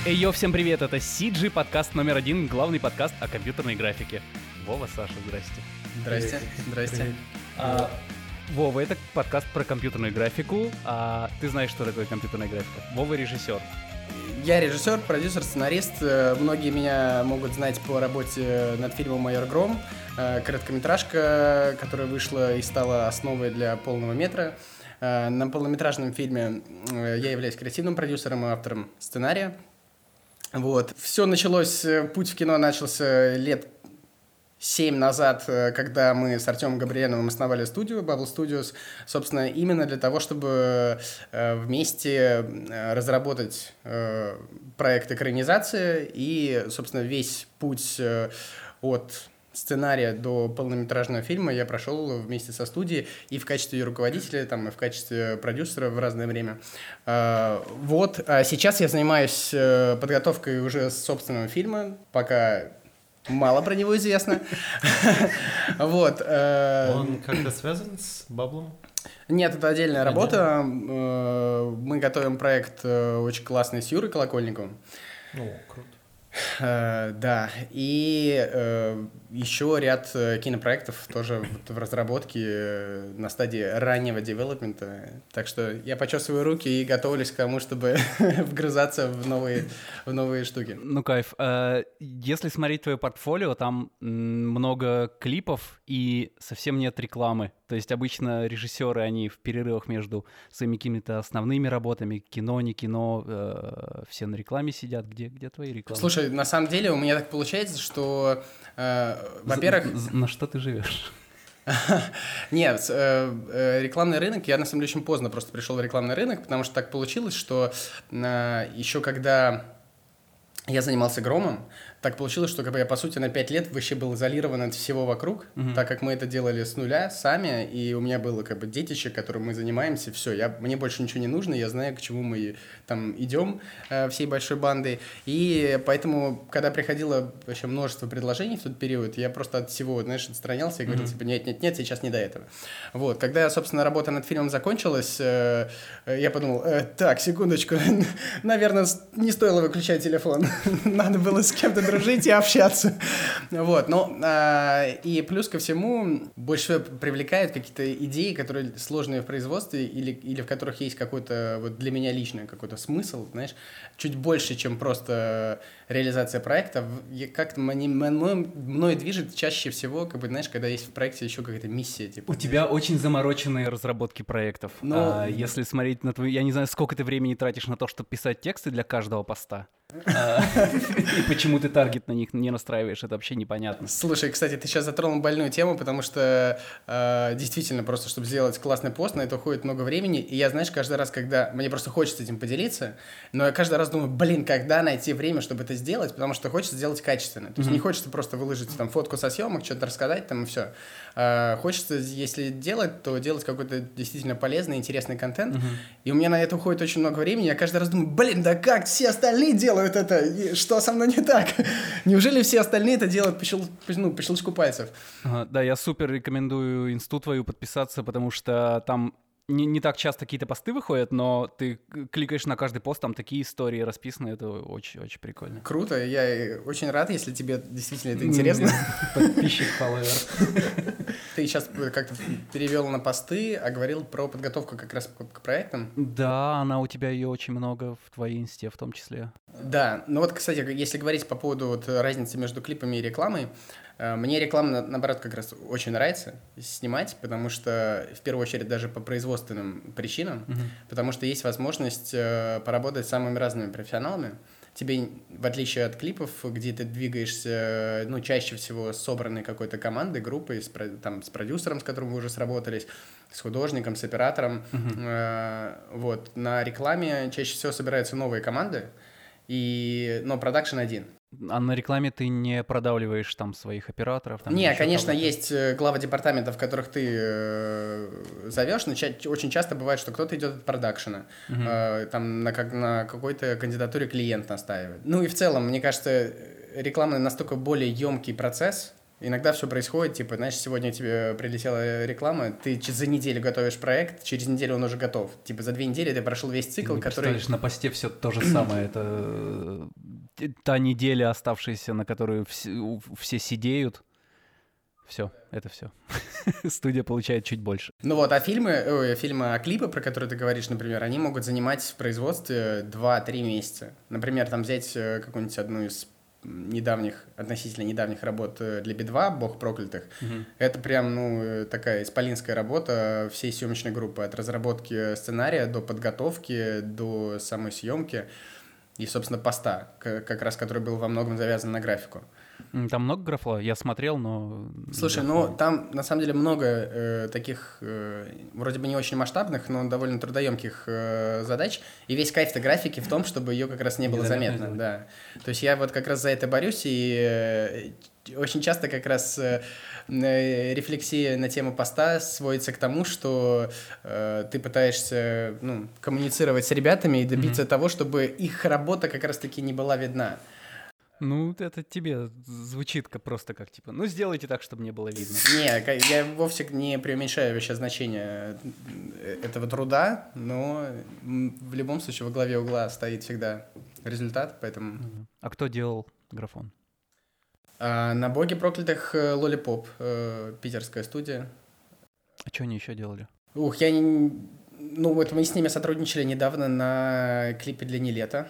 Йо, всем привет, это CG, подкаст номер 1, главный подкаст о компьютерной графике. Вова, Саша, здрасте. Здрасте. Вова, это подкаст про компьютерную графику. Ты знаешь, что такое компьютерная графика? Вова режиссер. Я режиссер, продюсер, сценарист. Многие меня могут знать по работе над фильмом «Майор Гром», короткометражка, которая вышла и стала основой для полного метра. На полнометражном фильме я являюсь креативным продюсером и автором сценария. Вот. Все началось, путь в кино начался лет 7 назад, когда мы с Артемом Габриэновым основали студию Bubble Studios, собственно, именно для того, чтобы вместе разработать проект экранизации. И, собственно, весь путь от сценария до полнометражного фильма я прошел вместе со студией и в качестве руководителя, и в качестве продюсера в разное время. Вот. А сейчас я занимаюсь подготовкой уже собственного фильма, пока мало про него известно. Вот. Он как-то связан с Баблом? Нет, это отдельная работа. Мы готовим проект очень классный с Юрой Колокольниковым. О, круто. Да, и еще ряд кинопроектов тоже в разработке на стадии раннего девелопмента. Так что я почесываю руки и готовлюсь к тому, чтобы вгрызаться в новые штуки. Ну, кайф. Если смотреть твое портфолио, там много клипов и совсем нет рекламы. То есть обычно режиссеры, они в перерывах между своими какими-то основными работами, кино, не кино, все на рекламе сидят. Где твои рекламы? Слушай, на самом деле у меня так получается, что, во-первых... На что ты живешь? Нет, рекламный рынок, я на самом деле очень поздно просто пришел в рекламный рынок, потому что так получилось, что еще когда я занимался Громом, так получилось, что я, по сути, на 5 лет вообще был изолирован от всего вокруг, так как мы это делали с нуля сами, и у меня было детище, которым мы занимаемся, все, мне больше ничего не нужно, я знаю, к чему мы там идем всей большой бандой, и поэтому, когда приходило вообще множество предложений в тот период, я просто от всего, отстранялся и говорил, нет, сейчас не до этого. Вот, когда, собственно, работа над фильмом закончилась, я подумал, так, секундочку, наверное, не стоило выключать телефон, надо было с кем-то дружить и общаться. Вот. И плюс ко всему, больше привлекают какие-то идеи, которые сложные в производстве или в которых есть какой-то, для меня лично, какой-то смысл, чуть больше, чем просто реализация проекта. Как-то мной движет чаще всего, когда есть в проекте еще какая-то миссия. У тебя очень замороченные разработки проектов. Если смотреть на твою... Я не знаю, сколько ты времени тратишь на то, чтобы писать тексты для каждого поста. И почему ты таргет на них не настраиваешь, это вообще непонятно. Слушай, кстати, ты сейчас затронул больную тему, потому что действительно просто, чтобы сделать классный пост, на это уходит много времени, и я, каждый раз, когда мне просто хочется этим поделиться, но я каждый раз думаю, когда найти время, чтобы это сделать, потому что хочется сделать качественно, то есть не хочется просто выложить фотку со съемок, что-то рассказать и все. Хочется, если делать, то делать какой-то действительно полезный, интересный контент, и у меня на это уходит очень много времени, я каждый раз думаю, да как все остальные делают это, и что со мной не так? Неужели все остальные это делают по щелчку пальцев? Да, я супер рекомендую инсту твою подписаться, потому что там не так часто какие-то посты выходят, но ты кликаешь на каждый пост, там такие истории расписаны, это очень-очень прикольно. Круто, я очень рад, если тебе действительно это интересно. Подписчик, фолловер. Ты сейчас как-то перевел на посты, а говорил про подготовку как раз к проектам. Да, у тебя ее очень много в твоей инсте в том числе. Да, кстати, если говорить по поводу разницы между клипами и рекламой, мне реклама, наоборот, как раз очень нравится снимать, потому что, в первую очередь, даже по производственным причинам, потому что есть возможность поработать с самыми разными профессионалами. Тебе, в отличие от клипов, где ты двигаешься, чаще всего с собранной какой-то командой, группой, с продюсером, с которым вы уже сработались, с художником, с оператором. Вот. На рекламе чаще всего собираются новые команды, но продакшн один. А на рекламе ты не продавливаешь своих операторов? Не, конечно, есть главы департаментов, которых ты зовешь, но очень часто бывает, что кто-то идет от продакшена, на какой-то кандидатуре клиент настаивает. И в целом, мне кажется, реклама настолько более емкий процесс, Иногда все происходит, типа, знаешь, сегодня тебе прилетела реклама, ты за неделю готовишь проект, через неделю он уже готов. Типа за 2 недели ты прошел весь цикл, Не который... представляешь, на посте все то же самое. Это та неделя, оставшаяся, на которую все сидеют. Все, это все. Студия получает чуть больше. Ну вот, а клипы, про которые ты говоришь, например, они могут занимать в производстве 2-3 месяца. Например, там взять какую-нибудь одну из относительно недавних работ для Би-2, «Бог проклятых». Это прям, такая исполинская работа всей съемочной группы. От разработки сценария до подготовки, до самой съемки и, собственно, поста, как раз который был во многом завязан на графику. Там много графла? Я смотрел, но... Слушай, там на самом деле много таких вроде бы не очень масштабных, но довольно трудоемких задач. И весь кайф-то графики в том, чтобы ее как раз не было заметно. Да. То есть я вот как раз за это борюсь, и очень часто как раз рефлексия на тему поста сводится к тому, что ты пытаешься коммуницировать с ребятами и добиться того, чтобы их работа как раз-таки не была видна. Ну, это тебе звучит просто как, типа, сделайте так, чтобы не было видно. Не, я вовсе не преуменьшаю вообще значение этого труда, но в любом случае во главе угла стоит всегда результат, поэтому... А кто делал графон? На «Боге проклятых» Lollipop, питерская студия. А что они еще делали? Вот мы с ними сотрудничали недавно на клипе для «Нилетто».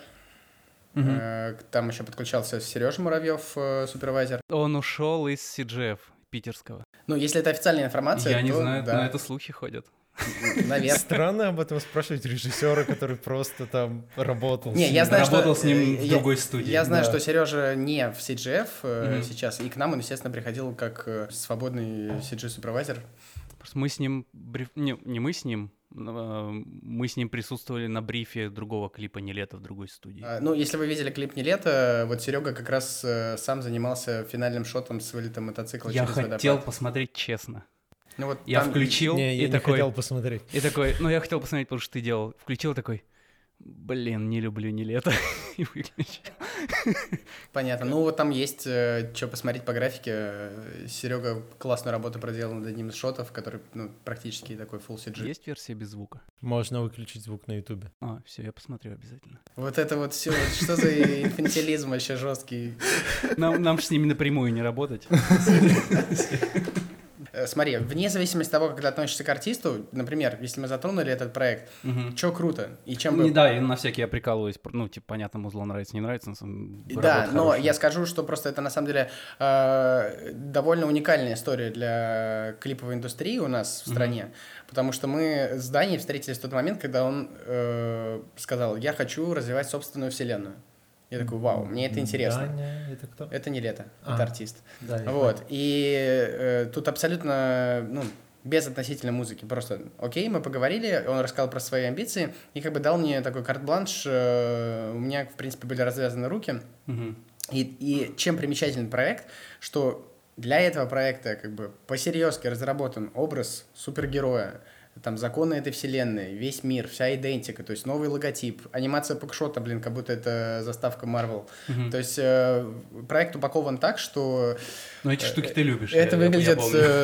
Там еще подключался Сережа Муравьев, супервайзер. Он ушел из CGF питерского. Если это официальная информация, я не знаю, да. но это слухи ходят. Наверное. Странно об этом спрашивать режиссера, который просто там работал. Работал с ним в другой студии. Я знаю, что Сережа не в CGF сейчас, и к нам он, естественно, приходил как свободный CG-супервайзер. Мы с ним... Мы с ним присутствовали на брифе другого клипа «Нилетто» в другой студии. Если вы видели клип «Нилетто», вот Серега как раз сам занимался финальным шотом с вылетом мотоцикла через водопад. Я хотел посмотреть честно. Я включил я не хотел посмотреть. И такой, я хотел посмотреть, потому что ты делал. Включил такой, не люблю «Нилетто». И выключил. Понятно. Там есть что посмотреть по графике. Серега классную работу проделал над одним из шотов, который практически такой full CG. Есть версия без звука? Можно выключить звук на ютубе. Все, я посмотрю обязательно. Вот это вот все, что за инфантилизм вообще жесткий. Нам же с ними напрямую не работать. Смотри, вне зависимости от того, как ты относишься к артисту, например, если мы затронули этот проект, что круто и чем бы... Да, и на всякий я прикалываюсь, понятно, музло нравится, не нравится. Да, но я скажу, что просто это на самом деле довольно уникальная история для клиповой индустрии у нас в стране, потому что мы с Даней встретились в тот момент, когда он сказал, я хочу развивать собственную вселенную. Я такой, вау, мне это интересно. Даня, это кто? Это «Нилетто», это артист. Да, вот, и тут абсолютно, без относительной музыки, просто, окей, мы поговорили, он рассказал про свои амбиции, и дал мне такой карт-бланш, у меня, в принципе, были развязаны руки, и чем примечательный проект, что для этого проекта, посерьезки разработан образ супергероя, там законы этой вселенной, весь мир, вся идентика, то есть новый логотип, анимация пукшота, как будто это заставка Marvel. То есть проект упакован так, что... эти штуки ты любишь. Это выглядит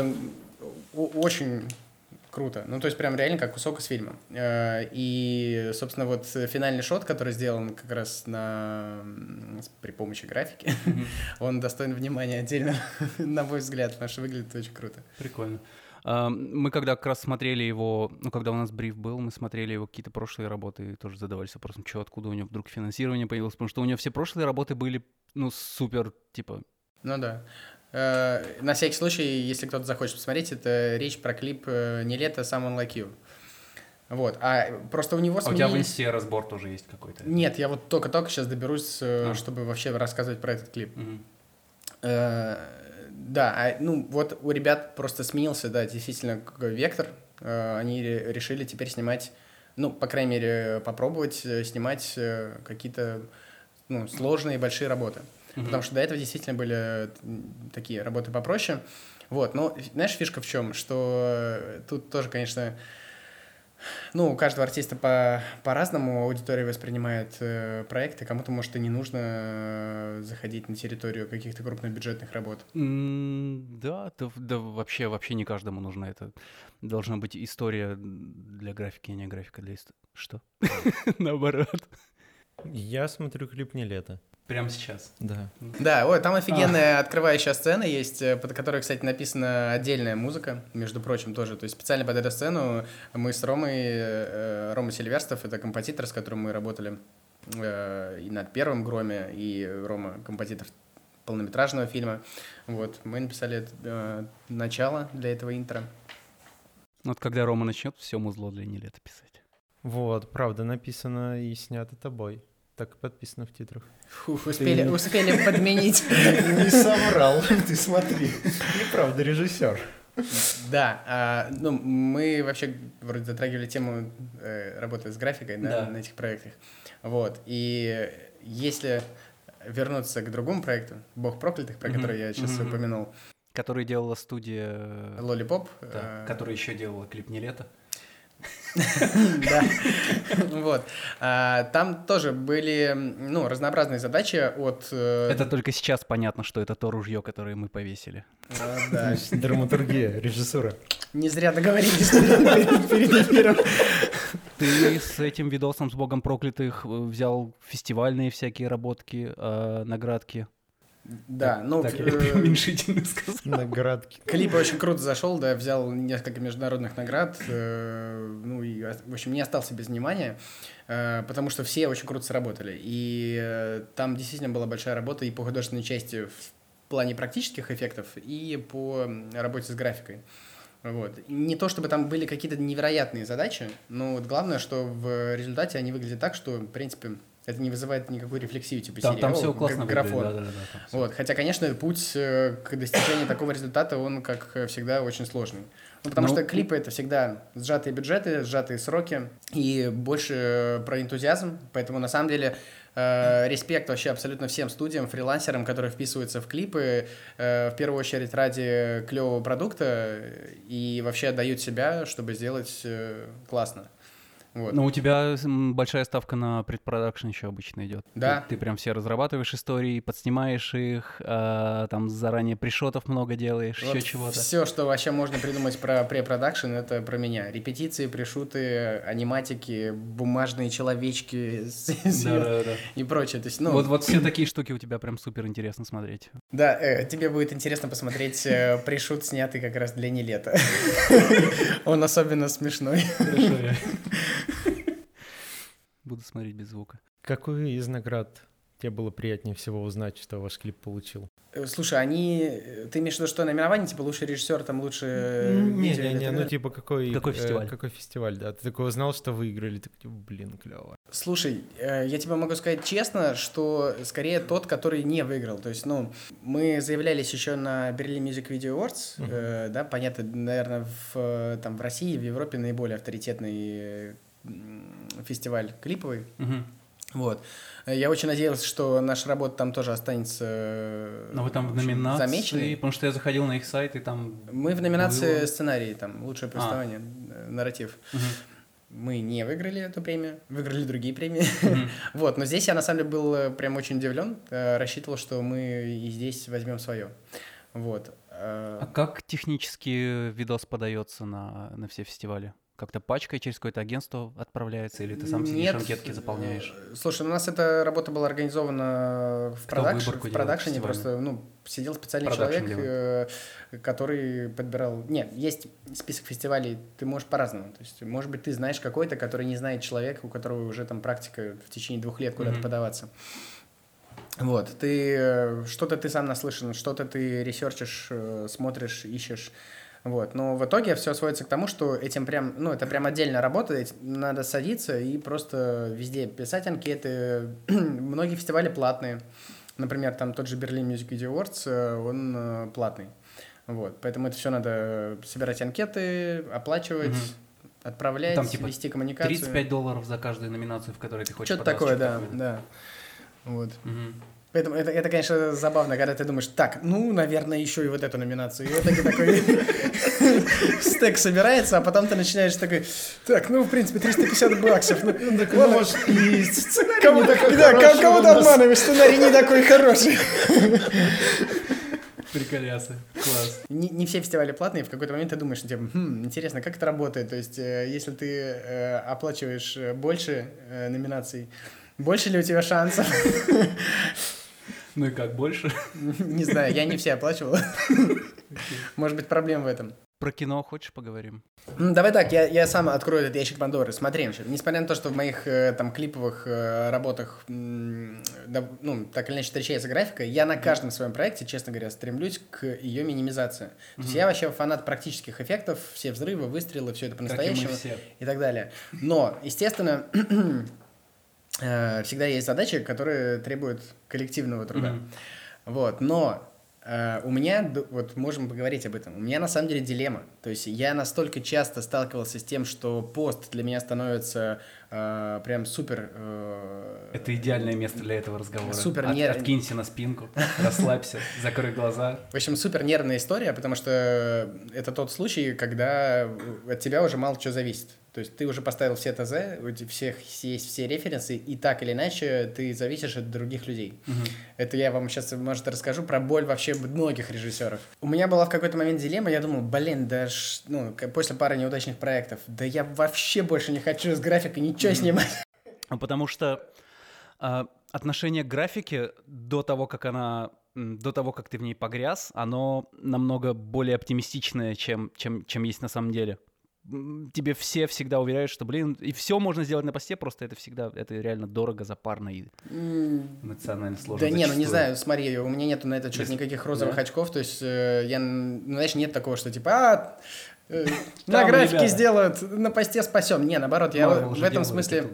очень круто. То есть прям реально как кусок из фильма. И, собственно, вот финальный шот, который сделан как раз при помощи графики, он достоин внимания отдельно, на мой взгляд, потому что выглядит очень круто. Прикольно. Мы когда как раз смотрели его, когда у нас бриф был, мы смотрели его какие-то прошлые работы и тоже задавались вопросом, откуда у него вдруг финансирование появилось, потому что у него все прошлые работы были, супер, да. На всякий случай, если кто-то захочет посмотреть, это речь про клип «Нилетто Someone Like You». Вот, просто у него сменились... А у тебя в инсте разбор тоже есть какой-то? Нет, я вот только сейчас доберусь, чтобы вообще рассказывать про этот клип. Да, вот у ребят просто сменился, да, действительно вектор. Они решили теперь снимать, по крайней мере, попробовать снимать какие-то сложные большие работы. Потому что до этого действительно были такие работы попроще. Вот, но знаешь, фишка в чем? Что тут тоже, конечно, Ну, у каждого артиста по-разному аудитория воспринимает проекты. Кому-то, может, и не нужно заходить на территорию каких-то крупнобюджетных работ. Да, вообще не каждому нужно это. Должна быть история для графики, а не графика для истории. Что? Наоборот. Я смотрю клип «Не лето». Прямо сейчас. Да. Да, ой, там офигенная открывающая сцена есть, под которой, кстати, написана отдельная музыка, между прочим, тоже. То есть специально под эту сцену мы с Ромой Сильверстов, это композитор, с которым мы работали и над первым «Громе», и Рома композитор полнометражного фильма. Вот, мы написали начало для этого интро. Вот когда Рома начнет все музло для «Не лето» писать. Вот, правда, написано и снято тобой. Так и подписано в титрах. Фух, успели подменить. Не соврал, ты смотри. Неправда, режиссер. Да, ну мы вообще вроде затрагивали тему работы с графикой, да, на этих проектах. Вот, и если вернуться к другому проекту, «Бог проклятых», про который я сейчас упомянул. Который делала студия... Lollipop. Да, которая еще делала клип «Не лето». Да, вот. Там тоже были, ну, разнообразные задачи от... Это только сейчас понятно, что это то ружье, которое мы повесили. Да. Драматургия, режиссура. Не зря договорились перед эфиром. Ты с этим видосом, с «Богом проклятых», взял фестивальные всякие работки, наградки. Да, ну... Так, я преуменьшительно сказал. Наградки. Клип очень круто зашел, да, взял несколько международных наград, ну и, в общем, не остался без внимания, потому что все очень круто сработали. И там действительно была большая работа и по художественной части в плане практических эффектов, и по работе с графикой. Вот. Не то чтобы там были какие-то невероятные задачи, но вот главное, что в результате они выглядят так, что, в принципе... Это не вызывает никакой рефлексии, типа серии. Там все классно графон. Да, вот. Хотя, конечно, путь к достижению такого результата, он, как всегда, очень сложный. Ну, потому что клипы — это всегда сжатые бюджеты, сжатые сроки и больше про энтузиазм. Поэтому, на самом деле, респект вообще абсолютно всем студиям, фрилансерам, которые вписываются в клипы, в первую очередь ради клевого продукта и вообще отдают себя, чтобы сделать классно. Вот. Но у тебя большая ставка на предпродакшн еще обычно идет. Да. Ты прям все разрабатываешь истории, подснимаешь их, там заранее пришотов много делаешь, вот еще чего-то. Все, что вообще можно придумать про препродакшн, это про меня. Репетиции, пришуты, аниматики, бумажные человечки и прочее. То есть, ну... Вот все такие штуки у тебя прям супер интересно смотреть. Да, тебе будет интересно посмотреть пришут, снятый как раз для «Не лета». Он особенно смешной. Хорошо, я буду смотреть без звука. Какую из наград тебе было приятнее всего узнать, что ваш клип получил? Слушай, ты имеешь в виду, что номинирование, типа лучший режиссер, там лучше... Не, ну типа какой фестиваль? Какой фестиваль, да. Ты такой узнал, что выиграли, ты такой, блин, клево. Слушай, я тебе могу сказать честно, что скорее тот, который не выиграл. То есть, ну, мы заявлялись еще на Berlin Music Video Awards, да, понятно, наверное, в России, в Европе наиболее авторитетный фестиваль клиповый. Вот. Я очень надеялся, что наша работа там тоже останется. Но вы там в номинации, замеченной. Потому что я заходил на их сайт, и там... Мы в номинации сценарий, там, лучшее повествование, нарратив. Мы не выиграли эту премию, выиграли другие премии. Вот, но здесь я, на самом деле, был прям очень удивлен, рассчитывал, что мы и здесь возьмем свое. Вот. А как технически видос подается на все фестивали? Как-то пачкой через какое-то агентство отправляется, или ты сам сидишь, анкетки заполняешь? Слушай, у нас эта работа была организована в продакшене, просто сидел специальный человек, который подбирал... Нет, есть список фестивалей, ты можешь по-разному. То есть, может быть, ты знаешь какой-то, который не знает человек, у которого уже там практика в течение 2 лет куда-то подаваться. Вот, что-то ты сам наслышан, что-то ты ресерчишь, смотришь, ищешь. Вот. Но в итоге все сводится к тому, что этим прям, это прям отдельная работа, надо садиться и просто везде писать анкеты. Многие фестивали платные. Например, там тот же Berlin Music Video Awards, он платный. Вот. Поэтому это все надо собирать анкеты, оплачивать, отправлять, там, типа, вести коммуникацию. $35 за каждую номинацию, в которой ты хочешь что-то такое, да. Вот. Поэтому это, конечно, забавно, когда ты думаешь, так, ну, наверное, еще и вот эту номинацию. И в итоге такой стек собирается, а потом ты начинаешь такой, так, ну, в принципе, $350. Ну, так, может, и сценарий не такой хороший. Кого ты обманываешь, сценарий не такой хороший. Приколясы, класс. Не все фестивали платные, в какой-то момент ты думаешь, типа, интересно, как это работает? То есть, если ты оплачиваешь больше номинаций, больше ли у тебя шансов? Ну и как, больше? Не знаю, я не все оплачивал. Может быть, проблема в этом. Про кино хочешь поговорим? Давай так, я сам открою этот ящик Пандоры. Смотри, несмотря на то, что в моих там клиповых работах, ну, так или иначе встречается графика, я на каждом своем проекте, честно говоря, стремлюсь к ее минимизации. То есть я вообще фанат практических эффектов, все взрывы, выстрелы, все это по-настоящему и так далее. Но, естественно, всегда есть задачи, которые требуют коллективного труда. Вот, но у меня, вот можем поговорить об этом, у меня на самом деле дилемма. То есть я настолько часто сталкивался с тем, что пост для меня становится прям супер... Это идеальное место для этого разговора. Супер Откинься на спинку, расслабься, закрой глаза. В общем, супер нервная история, потому что это тот случай, когда от тебя уже мало чего зависит. То есть ты уже поставил все ТЗ, у всех есть все референсы, и так или иначе ты зависишь от других людей. Это я вам сейчас, может, расскажу про боль вообще многих режиссеров. У меня была в какой-то момент дилемма, я думал, блин, после пары неудачных проектов, да я вообще больше не хочу с графикой ничего снимать. Потому что отношение к графике до того, как ты в ней погряз, оно намного более оптимистичное, чем есть на самом деле. Тебе все всегда уверяют, что, и все можно сделать на посте, просто это реально дорого, запарно и эмоционально сложно. Да не, не знаю, смотри, у меня нету на этот счет никаких розовых очков, то есть знаешь, нет такого, что типа, на графике сделают, на посте спасем. Не, наоборот, я в этом смысле...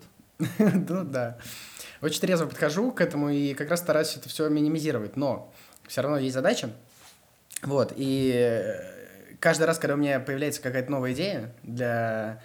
Ну да. Очень трезво подхожу к этому и как раз стараюсь это все минимизировать, но все равно есть задача. Вот, и каждый раз, когда у меня появляется какая-то новая идея для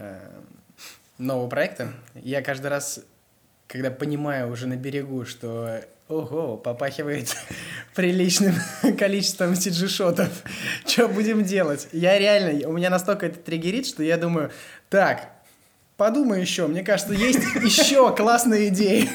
нового проекта, я каждый раз, когда понимаю уже на берегу, что ого, попахивает приличным количеством CG-шотов, что будем делать? Я реально, у меня настолько это триггерит, что я думаю, так, подумай еще, мне кажется, есть еще классные идеи.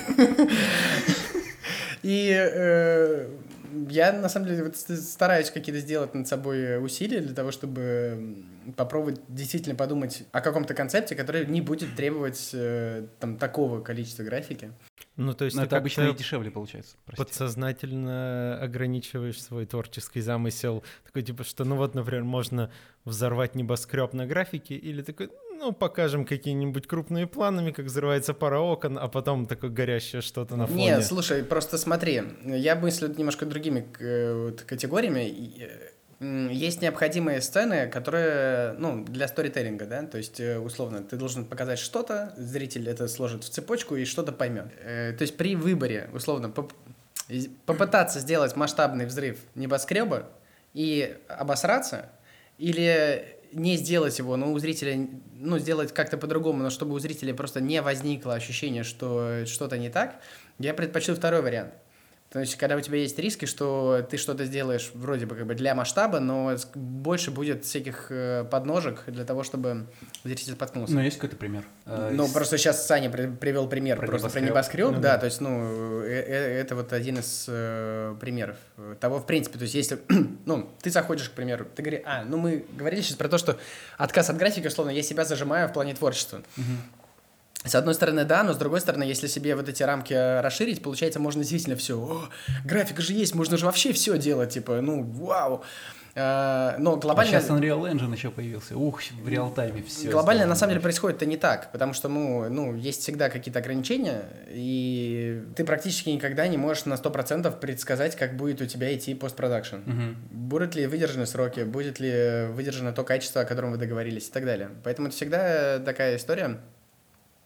И я, на самом деле, стараюсь какие-то сделать над собой усилия для того, чтобы попробовать действительно подумать о каком-то концепте, который не будет требовать там такого количества графики. Ну, то есть это обычно и дешевле получается. Подсознательно ограничиваешь свой творческий замысел. Такой типа, что, ну вот, например, можно взорвать небоскреб на графике, или такой, ну, покажем какие-нибудь крупные планами, как взрывается пара окон, а потом такое горящее что-то на фоне. Нет, слушай, просто смотри, я мыслю немножко другими категориями. Есть необходимые сцены, которые, ну, для сторителлинга, да, то есть, условно, ты должен показать что-то, зритель это сложит в цепочку и что-то поймет. То есть при выборе, условно, попытаться сделать масштабный взрыв небоскреба и обосраться, или не сделать его, но у зрителя, ну, сделать как-то по-другому, но чтобы у зрителя просто не возникло ощущение, что что-то не так, я предпочел второй вариант. То есть, когда у тебя есть риски, что ты что-то сделаешь вроде бы как бы для масштаба, но больше будет всяких подножек для того, чтобы зритель споткнулся. Ну, есть какой-то пример? Ну, просто сейчас Саня привел пример про небоскреб, да, то есть, ну, это вот один из примеров того, в принципе, то есть, если, ну, ты заходишь, к примеру, ты говоришь, ну, мы говорили сейчас про то, что отказ от графики, условно, я себя зажимаю в плане творчества. С одной стороны, да, но с другой стороны, если себе вот эти рамки расширить, получается, можно действительно все. Графика же есть, можно же вообще все делать, типа, ну, вау. Но глобально... сейчас Unreal Engine еще появился. В реал-тайме все. Глобально, на самом деле, происходит-то не так, потому что, ну, есть всегда какие-то ограничения, и ты практически никогда не можешь на 100% предсказать, как будет у тебя идти постпродакшн. Будут ли выдержаны сроки, будет ли выдержано то качество, о котором вы договорились и так далее. Поэтому это всегда такая история.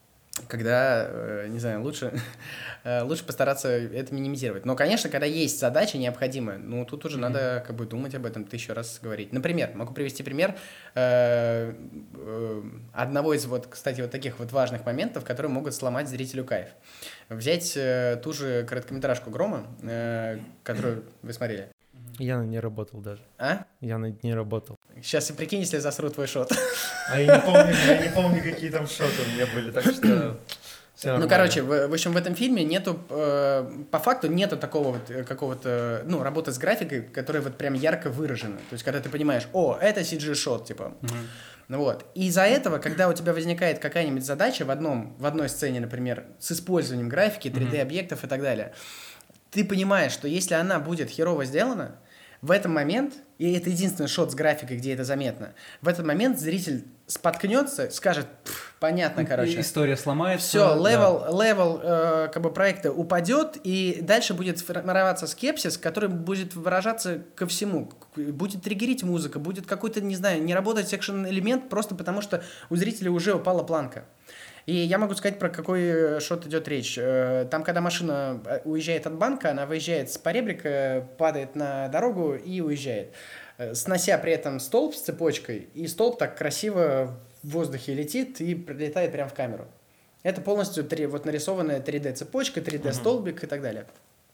когда, не знаю, лучше постараться это минимизировать. Но, конечно, когда есть задача необходимая, ну, тут уже надо как бы думать об этом, 1000 раз говорить. Например, могу привести пример одного из, вот, кстати, вот таких вот важных моментов, которые могут сломать зрителю кайф. Взять ту же короткометражку «Грома», которую вы смотрели. Я на ней работал даже. А? Я на ней работал. Сейчас и прикинь, если засру твой шот. А я не помню, какие там шоты у меня были, так что... Ну, короче, в общем, в этом фильме нету, по факту нету такого вот какого-то, ну, работы с графикой, которая вот прям ярко выражена. То есть, когда ты понимаешь, о, это CG-шот, типа. Вот. И из-за этого, когда у тебя возникает какая-нибудь задача в одной сцене, например, с использованием графики, 3D-объектов и так далее, ты понимаешь, что если она будет херово сделана, в этот момент, и это единственный шот с графикой, где это заметно, в этот момент зритель споткнется, скажет, понятно, короче. История сломается. Все, левел как бы проекта упадет, и дальше будет формироваться скепсис, который будет выражаться ко всему. Будет триггерить музыка, будет какой-то, не знаю, не работать секшн-элемент, просто потому что у зрителя уже упала планка. И я могу сказать, про какой шот идет речь. Там, когда машина уезжает от банка, она выезжает с поребрика, падает на дорогу и уезжает, снося при этом столб с цепочкой, и столб так красиво в воздухе летит и прилетает прямо в камеру. Это полностью вот нарисованная 3D-цепочка, 3D-столбик и так далее.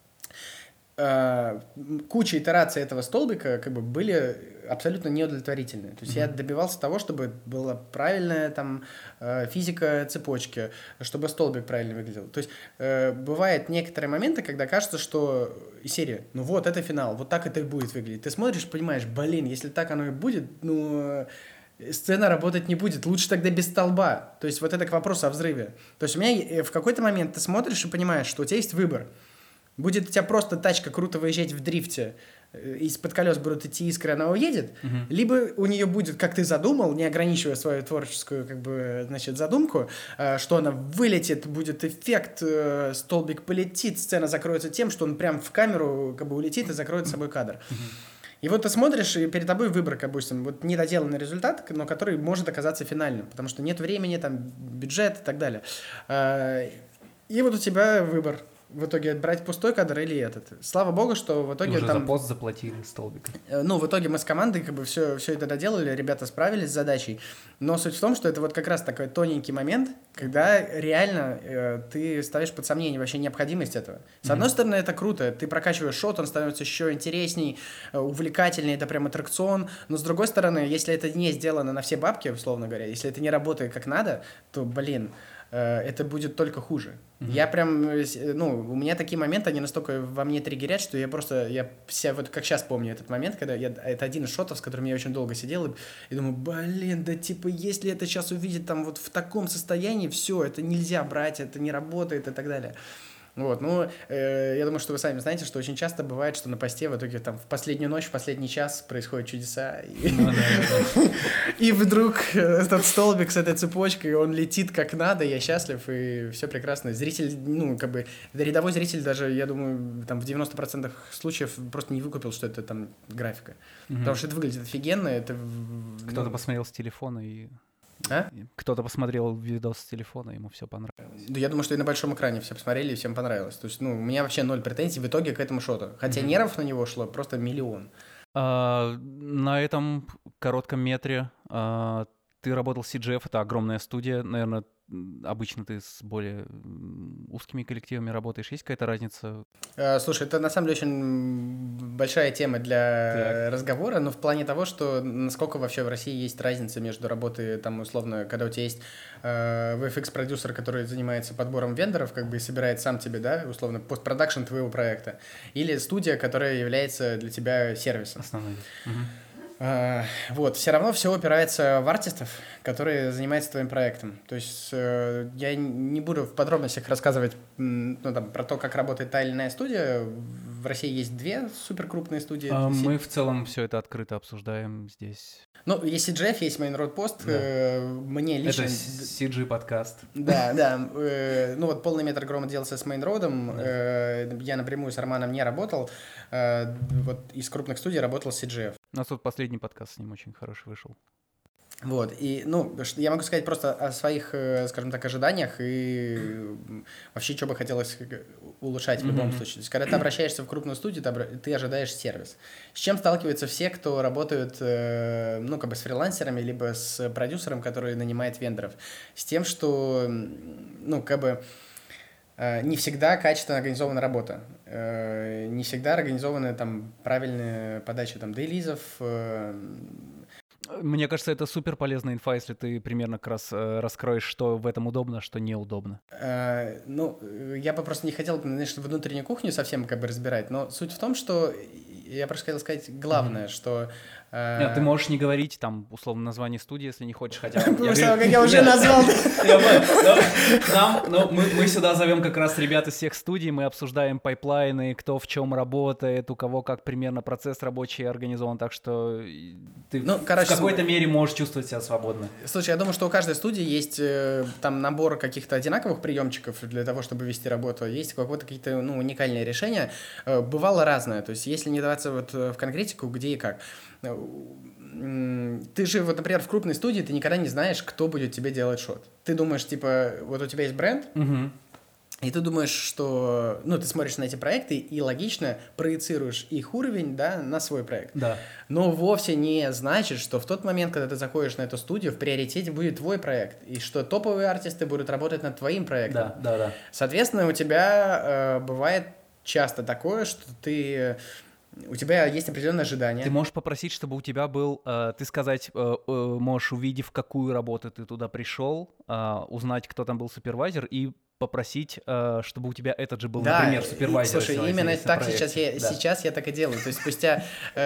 Куча итераций этого столбика как бы были абсолютно неудовлетворительны. То есть я добивался того, чтобы была правильная там физика цепочки, чтобы столбик правильно выглядел. То есть бывают некоторые моменты, когда кажется, что серия, ну вот, это финал, вот так это и будет выглядеть. Ты смотришь, понимаешь, блин, если так оно и будет, ну... сцена работать не будет, лучше тогда без столба. То есть вот это к вопросу о взрыве. То есть у меня в какой-то момент ты смотришь и понимаешь, что у тебя есть выбор. Будет у тебя просто тачка круто выезжать в дрифте, из-под колес будут идти искры, она уедет, либо у нее будет, как ты задумал, не ограничивая свою творческую как бы, значит, задумку, что она вылетит, будет эффект, столбик полетит, сцена закроется тем, что он прям в камеру как бы улетит и закроет с собой кадр. И вот ты смотришь, и перед тобой выбор, допустим, вот недоделанный результат, но который может оказаться финальным, потому что нет времени, там, бюджет и так далее. И вот у тебя выбор. В итоге брать пустой кадр или этот. Слава богу, что в итоге уже там... за пост заплатили столбик. Ну, в итоге мы с командой как бы все это доделали, ребята справились с задачей. Но суть в том, что это вот как раз такой тоненький момент, когда реально ты ставишь под сомнение вообще необходимость этого. С одной стороны, это круто. Ты прокачиваешь шот, он становится еще интересней, увлекательней, это прям аттракцион. Но с другой стороны, если это не сделано на все бабки, условно говоря, если это не работает как надо, то, блин... это будет только хуже. Я прям, ну, у меня такие моменты, они настолько во мне триггерят, что я себя вот как сейчас помню этот момент, когда это один из шотов, с которым я очень долго сидел, и думаю, блин, да типа, если это сейчас увидеть там вот в таком состоянии, все, это нельзя брать, это не работает и так далее. Вот, ну, я думаю, что вы сами знаете, что очень часто бывает, что на посте в итоге там в последнюю ночь, в последний час происходят чудеса. И вдруг этот столбик с этой цепочкой, он летит как надо, я счастлив, и все прекрасно. Зритель, ну, как бы, рядовой зритель даже, я думаю, там в 90% случаев просто не выкупил, что это там графика. Потому что это выглядит офигенно, это... Кто-то посмотрел с телефона и... А? Кто-то посмотрел видос с телефона, ему все понравилось. Да, я думаю, что и на большом экране все посмотрели, и всем понравилось. То есть, ну, у меня вообще 0 претензий в итоге к этому шоту. Хотя нервов на него шло просто миллион. На этом коротком метре ты работал с CGF, это огромная студия, наверное, обычно ты с более узкими коллективами работаешь. Есть какая-то разница? Слушай, это на самом деле очень большая тема для разговора, но в плане того, что насколько вообще в России есть разница между работой, там, условно, когда у тебя есть VFX-продюсер, который занимается подбором вендоров, как бы и собирает сам тебе, да, условно, постпродакшн твоего проекта, или студия, которая является для тебя сервисом. Основной. Вот, все равно все упирается в артистов, которые занимаются твоим проектом. То есть я не буду в подробностях рассказывать там, про то, как работает та или иная студия. В России есть 2 суперкрупные студии. Мы в целом все это открыто обсуждаем здесь. Ну, есть CGF, есть Main Road Post. Да. Мне лично... Это CG-подкаст. Да. Ну вот полный метр грома делался с Main Road'ом. Да. Я напрямую с Романом не работал. Вот из крупных студий работал с CGF. У нас тут последний подкаст с ним очень хороший вышел. Вот, и, ну, я могу сказать просто о своих, скажем так, ожиданиях и вообще, что бы хотелось улучшать в любом случае. То есть, когда ты обращаешься в крупную студию, ты ожидаешь сервис. С чем сталкиваются все, кто работают, ну, как бы с фрилансерами, либо с продюсером, который нанимает вендоров? С тем, что, ну, как бы не всегда качественно организована работа, не всегда организованы там правильная подача там дейлизов. Мне кажется, это супер полезная инфа, если ты примерно как раз раскроешь, что в этом удобно, что неудобно. Ну, я бы просто не хотел, знаешь, внутреннюю кухню совсем как бы разбирать, но суть в том, что я просто хотел сказать главное, что... Ты можешь не говорить там, условно, название студии, если не хочешь, хотя... Я уже назвал. Мы сюда зовем как раз ребят из всех студий, мы обсуждаем пайплайны, кто в чем работает, у кого как примерно процесс рабочий организован, так что ты в какой-то мере можешь чувствовать себя свободно. Слушай, я думаю, что у каждой студии есть там набор каких-то одинаковых приемчиков для того, чтобы вести работу, есть какие-то уникальные решения. Бывало разное, то есть если не даваться вот в конкретику, где и как. Ты же, вот, например, в крупной студии ты никогда не знаешь, кто будет тебе делать шот. Ты думаешь, типа, вот у тебя есть бренд, и ты думаешь, что... Ну, ты смотришь на эти проекты и логично проецируешь их уровень, да, на свой проект. Да. Но вовсе не значит, что в тот момент, когда ты заходишь на эту студию, в приоритете будет твой проект, и что топовые артисты будут работать над твоим проектом. Да. Соответственно, у тебя бывает часто такое, что у тебя есть определенные ожидания. Ты можешь попросить, чтобы у тебя был, ты сказать, можешь, увидев, какую работу ты туда пришел, узнать, кто там был супервайзер, и попросить, чтобы у тебя этот же был, например, супервайзер. Слушай, именно так сейчас я так и делаю. То есть спустя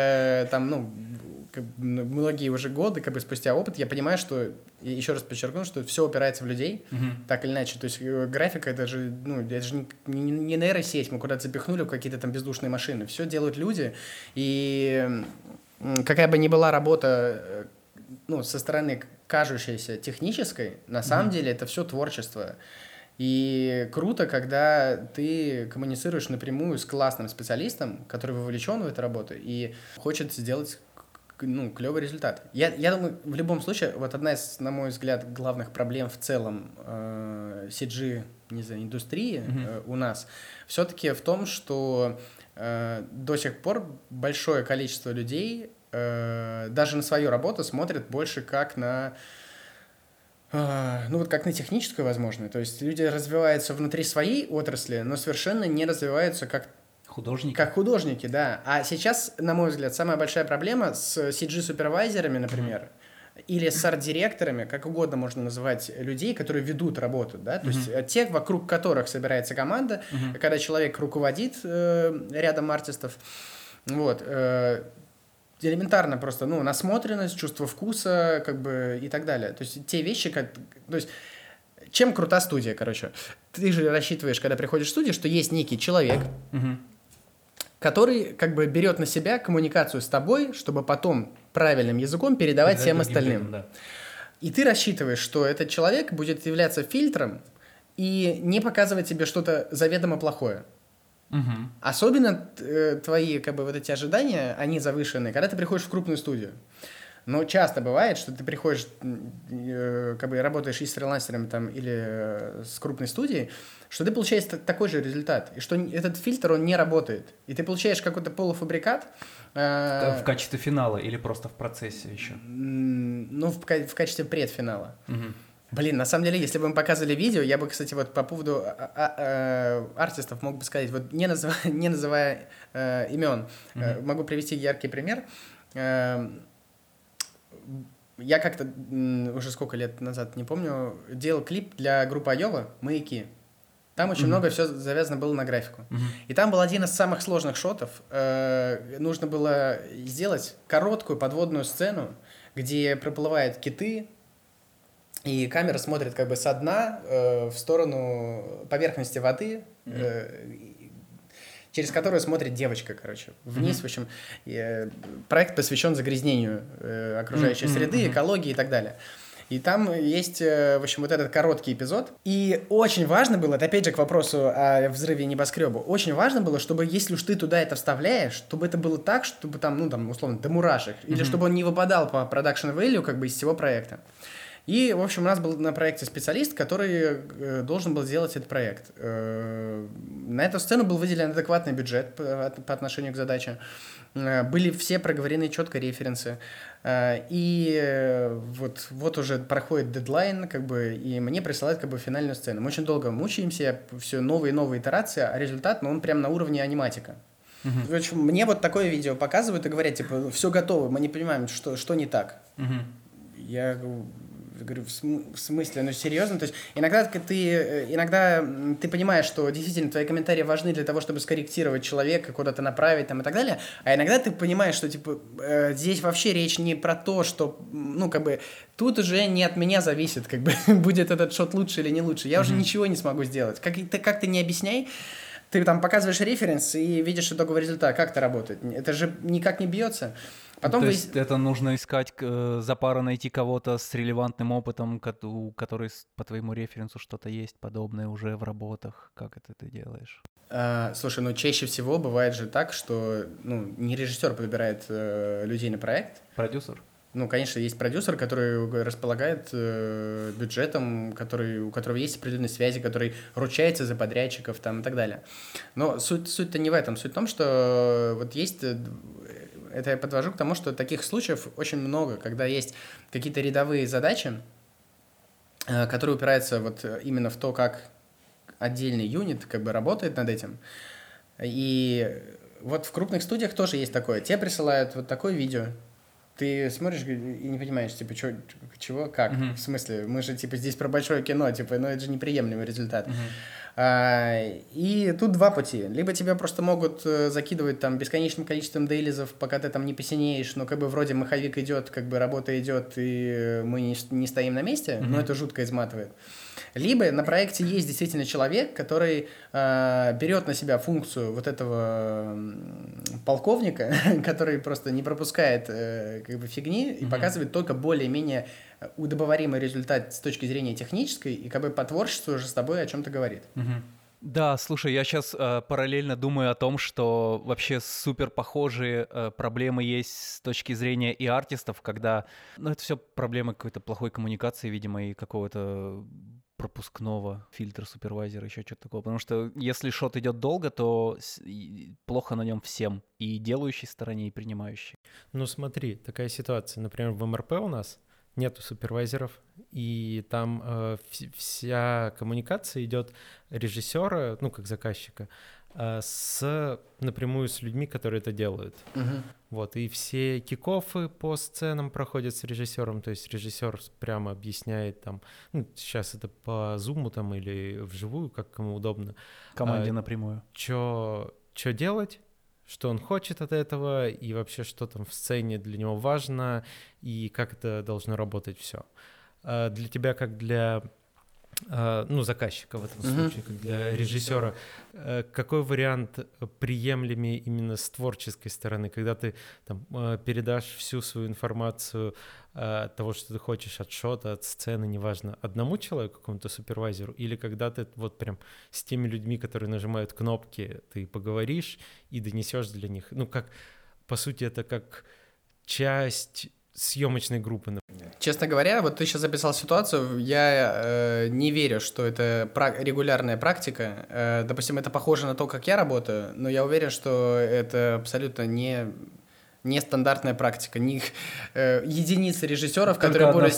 многие уже годы, как бы спустя опыт, я понимаю, что, еще раз подчеркну, что все упирается в людей, так или иначе. То есть графика, это же не нейросеть, мы куда-то запихнули в какие-то там бездушные машины. Все делают люди, и какая бы ни была работа, со стороны кажущейся технической, на самом деле это все творчество. И круто, когда ты коммуницируешь напрямую с классным специалистом, который вовлечен в эту работу и хочет сделать клевый результат. Я думаю, в любом случае, вот одна из, на мой взгляд, главных проблем в целом CG, индустрии у нас, все-таки в том, что до сих пор большое количество людей даже на свою работу смотрят больше как на как на техническую, возможно. То есть люди развиваются внутри своей отрасли, но совершенно не развиваются как художники. Как художники, да. А сейчас, на мой взгляд, самая большая проблема с CG-супервайзерами, например, или с арт-директорами, как угодно можно называть людей, которые ведут работу, да, то есть тех, вокруг которых собирается команда, когда человек руководит рядом артистов, вот, элементарно просто, насмотренность, чувство вкуса, как бы, и так далее. То есть те вещи, то есть чем крута студия, короче. Ты же рассчитываешь, когда приходишь в студию, что есть некий человек, который как бы берет на себя коммуникацию с тобой, чтобы потом правильным языком передавать всем остальным. Да. И ты рассчитываешь, что этот человек будет являться фильтром и не показывать тебе что-то заведомо плохое. Особенно твои как бы вот эти ожидания, они завышенные, когда ты приходишь в крупную студию. Но часто бывает, что ты приходишь, как бы работаешь и с фрилансерами там, или с крупной студией, что ты получаешь такой же результат, и что этот фильтр, он не работает. И ты получаешь какой-то полуфабрикат. В качестве финала или просто в процессе еще? В качестве предфинала. Блин, на самом деле, если бы мы показывали видео, я бы, кстати, вот по поводу артистов мог бы сказать, вот не называя имен, могу привести яркий пример. Я как-то уже сколько лет назад, не помню, делал клип для группы Айова «Маяки». Там очень много все завязано было на графику. И там был один из самых сложных шотов. Нужно было сделать короткую подводную сцену, где проплывают киты, и камера смотрит как бы со дна в сторону поверхности воды, через которую смотрит девочка, короче, вниз. В общем, проект посвящен загрязнению окружающей среды, экологии и так далее. И там есть, в общем, вот этот короткий эпизод. И очень важно было, это опять же к вопросу о взрыве небоскреба, очень важно было, чтобы если уж ты туда это вставляешь, чтобы это было так, чтобы там, ну, там, условно, до мурашек, или чтобы он не выпадал по production value, как бы, из всего проекта. И, в общем, у нас был на проекте специалист, который должен был сделать этот проект. На эту сцену был выделен адекватный бюджет по отношению к задаче. Были все проговорены четко референсы. И вот уже проходит дедлайн, как бы, и мне присылают как бы финальную сцену. Мы очень долго мучаемся, все новые и новые итерации, а результат, ну, он прям на уровне аниматика. В общем, мне вот такое видео показывают и говорят, типа, все готово, мы не понимаем, что не так. Я говорю, в смысле, ну серьезно? То есть иногда ты понимаешь, что действительно твои комментарии важны для того, чтобы скорректировать человека, куда-то направить там, и так далее, а иногда ты понимаешь, что типа здесь вообще речь не про то, что, ну, как бы, тут уже не от меня зависит, как бы, будет этот шот лучше или не лучше. Я уже ничего не смогу сделать. Как ты не объясняй, ты там показываешь референс и видишь итоговый результат, как это работает. Это же никак не бьется. Потом то есть это нужно искать, за пару найти кого-то с релевантным опытом, у который по твоему референсу что-то есть подобное уже в работах. Как это ты делаешь? Слушай, ну чаще всего бывает же так, что ну, не режиссер подбирает людей на проект. Продюсер? Ну, конечно, есть продюсер, который располагает бюджетом, у которого есть определенные связи, который ручается за подрядчиков там, и так далее. Но суть-то не в этом. Суть в том, что вот есть... Это я подвожу к тому, что таких случаев очень много, когда есть какие-то рядовые задачи, которые упираются вот именно в то, как отдельный юнит как бы работает над этим. И вот в крупных студиях тоже есть такое. Тебе присылают вот такое видео, ты смотришь и не понимаешь, типа, чего, как, в смысле, мы же, типа, здесь про большое кино, типа, ну, это же неприемлемый результат. И тут два пути. Либо тебя просто могут закидывать там бесконечным количеством дейлизов, пока ты там не посинеешь, но как бы вроде маховик идет, как бы работа идет, и мы не стоим на месте, но это жутко изматывает. Либо на проекте есть действительно человек, который берет на себя функцию вот этого полковника, который просто не пропускает как бы фигни и показывает только более-менее удобоваримый результат с точки зрения технической и как бы по творчеству уже с тобой о чем-то говорит. Да, слушай, я сейчас параллельно думаю о том, что вообще супер похожие проблемы есть с точки зрения и артистов, когда, ну, это все проблемы какой-то плохой коммуникации, видимо, и какого-то пропускного фильтра супервайзера, еще что-то такое. Потому что если шот идет долго, то плохо на нем всем, и делающей стороне, и принимающей. Ну смотри, такая ситуация, например, в МРП у нас нету супервайзеров, и там вся коммуникация идет режиссера, ну, как заказчика, напрямую с людьми, которые это делают. Вот, и все кик-оффы по сценам проходят с режиссером, то есть режиссер прямо объясняет там, ну, сейчас это по зуму там или вживую, как кому удобно. Команде напрямую. Что делать, что он хочет от этого, и вообще, что там в сцене для него важно, и как это должно работать все. Для тебя, как для заказчика в этом случае, как для режиссера, какой вариант приемлемее именно с творческой стороны, когда ты там передашь всю свою информацию того, что ты хочешь от шота, от сцены, неважно, одному человеку, какому-то супервайзеру, или когда ты вот прям с теми людьми, которые нажимают кнопки, ты поговоришь и донесешь для них, ну, как, по сути, это как часть съемочной группы, например. Честно говоря, вот ты сейчас записал ситуацию, я не верю, что это регулярная практика. Допустим, это похоже на то, как я работаю, но я уверен, что это абсолютно нестандартная практика. Единицы режиссеров, которые будут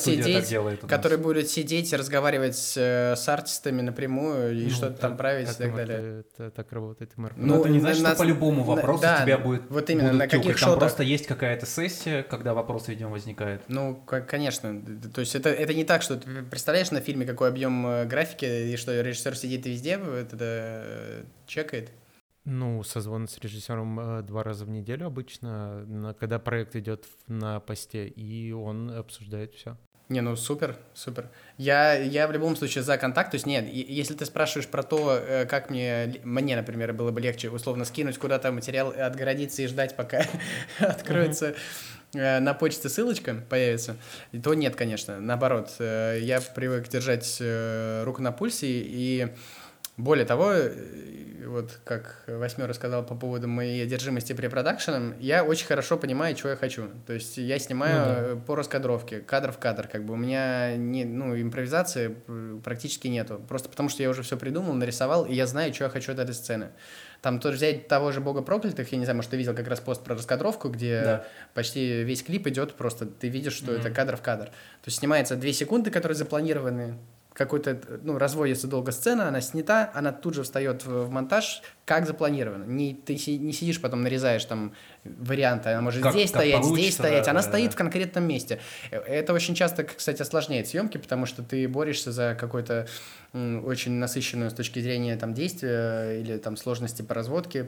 сидеть и разговаривать с артистами напрямую и что-то там править и так далее. Это так работает МРП. Но это не значит, что по любому вопросу тебя будет вот именно, на каких шотах. Там просто есть какая-то сессия, когда вопрос, видимо, возникает. Ну, конечно. То есть это не так, что ты представляешь на фильме, какой объем графики, и что режиссер сидит везде, это чекает. Ну, созвон с режиссером 2 раза в неделю обычно, когда проект идет на посте, и он обсуждает все. Не, ну супер. Я в любом случае за контакт. То есть нет, если ты спрашиваешь про то, как мне, например, было бы легче условно скинуть куда-то материал, отгородиться и ждать, пока откроется на почте ссылочка появится, и то нет, конечно, наоборот. Я привык держать руку на пульсе, и более того, вот как Восьмёр рассказал по поводу моей одержимости препродакшеном, я очень хорошо понимаю, чего я хочу. То есть я снимаю по раскадровке, кадр в кадр, как бы у меня импровизации практически нету. Просто потому, что я уже все придумал, нарисовал, и я знаю, что я хочу от этой сцены. Там тоже взять того же «Бога проклятых», я не знаю, может, ты видел как раз пост про раскадровку, где почти весь клип идет, просто ты видишь, что это кадр в кадр. То есть снимается 2 секунды, которые запланированы, какой-то, разводится долго сцена, она снята, она тут же встает в монтаж, как запланировано. Ты не сидишь, потом нарезаешь там варианты, она может здесь стоять, она стоит в конкретном месте. Это очень часто, кстати, осложняет съемки, потому что ты борешься за какую-то очень насыщенную с точки зрения там действия или там сложности по разводке.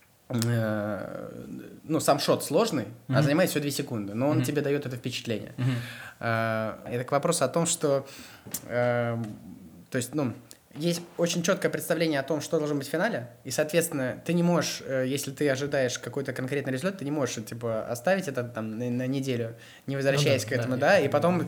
Сам шот сложный, а занимает всего 2 секунды, но он тебе дает это впечатление. Это к вопросу о том, что то есть, есть очень четкое представление о том, что должно быть в финале, и, соответственно, ты не можешь, если ты ожидаешь какой-то конкретный результат, ты не можешь, оставить это там на неделю, не возвращаясь к этому, и потом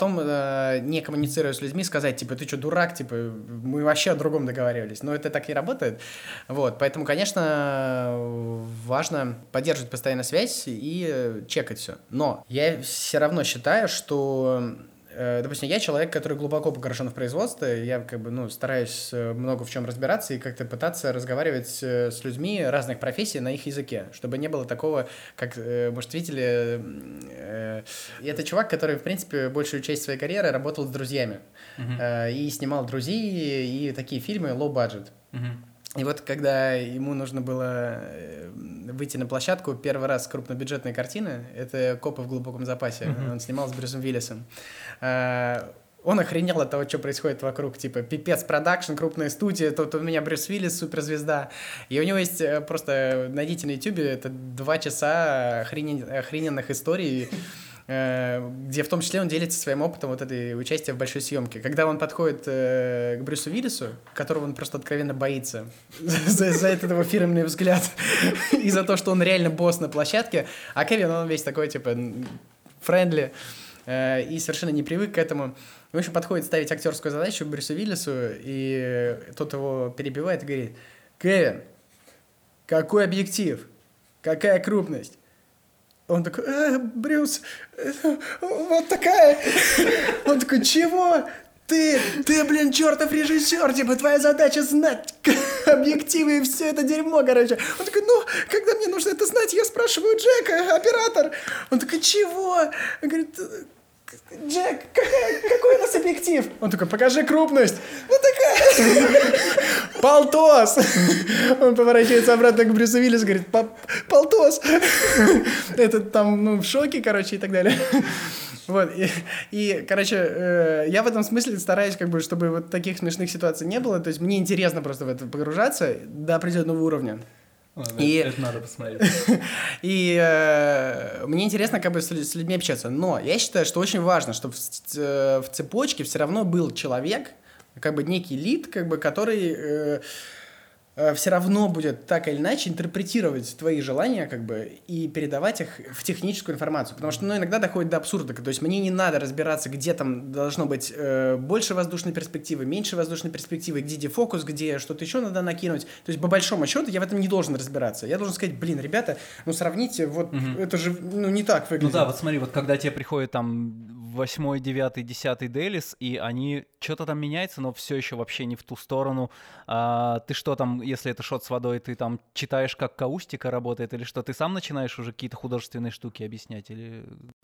не коммуницируя с людьми, сказать, ты что, дурак, мы вообще о другом договаривались. Но это так и работает. Вот, поэтому, конечно, важно поддерживать постоянно связь и чекать все. Но я все равно считаю, что... Допустим, я человек, который глубоко погружен в производство, я стараюсь много в чем разбираться и как-то пытаться разговаривать с людьми разных профессий на их языке, чтобы не было такого, как, может, видели, это чувак, который, в принципе, большую часть своей карьеры работал с друзьями и снимал «Друзей» и такие фильмы low budget. И вот когда ему нужно было выйти на площадку первый раз с крупнобюджетной картины, это «Копы в глубоком запасе», он снимал с Брюсом Уиллисом. Он охренел от того, что происходит вокруг, пипец продакшн, крупная студия, тут у меня Брюс Уиллис, суперзвезда. И у него есть просто, найдите на ютубе, это 2 часа охрененных историй, где в том числе он делится своим опытом этой участия в большой съемке. Когда он подходит к Брюсу Уиллису, которого он просто откровенно боится за этот его фирменный взгляд и за то, что он реально босс на площадке, а Кевин, он весь такой, френдли и совершенно не привык к этому. В общем, подходит ставить актерскую задачу Брюсу Уиллису, и тот его перебивает и говорит: «Кевин, какой объектив? Какая крупность?» Он такой: Брюс, вот такая. Он такой: чего? Ты, блин, чертов режиссер, твоя задача знать объективы и все это дерьмо, короче. Он такой: когда мне нужно это знать, я спрашиваю Джека, оператор. Он такой: чего? Он говорит: Джек, какой у нас объектив? Он такой: покажи крупность. Вот такая. Полтос. Он поворачивается обратно к Брюсу Уиллису, говорит: полтос. Этот там, в шоке, короче, и так далее. Вот, и, короче, я в этом смысле стараюсь, чтобы таких смешных ситуаций не было. То есть мне интересно просто в это погружаться до определенного уровня. Это надо посмотреть. И мне интересно с людьми общаться. Но я считаю, что очень важно, чтобы в цепочке все равно был человек, некий лид, который все равно будет так или иначе интерпретировать твои желания, и передавать их в техническую информацию. Потому что, иногда доходит до абсурда. То есть мне не надо разбираться, где там должно быть больше воздушной перспективы, меньше воздушной перспективы, где дефокус, где что-то еще надо накинуть. То есть, по большому счету, я в этом не должен разбираться. Я должен сказать: блин, ребята, сравните, это же, не так выглядит. Вот смотри, когда тебе приходит там 8, 9, 10 Дейлис, и они что-то там меняется, но все еще вообще не в ту сторону. Ты что там, если это шот с водой, ты там читаешь, как каустика работает, или что? Ты сам начинаешь уже какие-то художественные штуки объяснять? Или...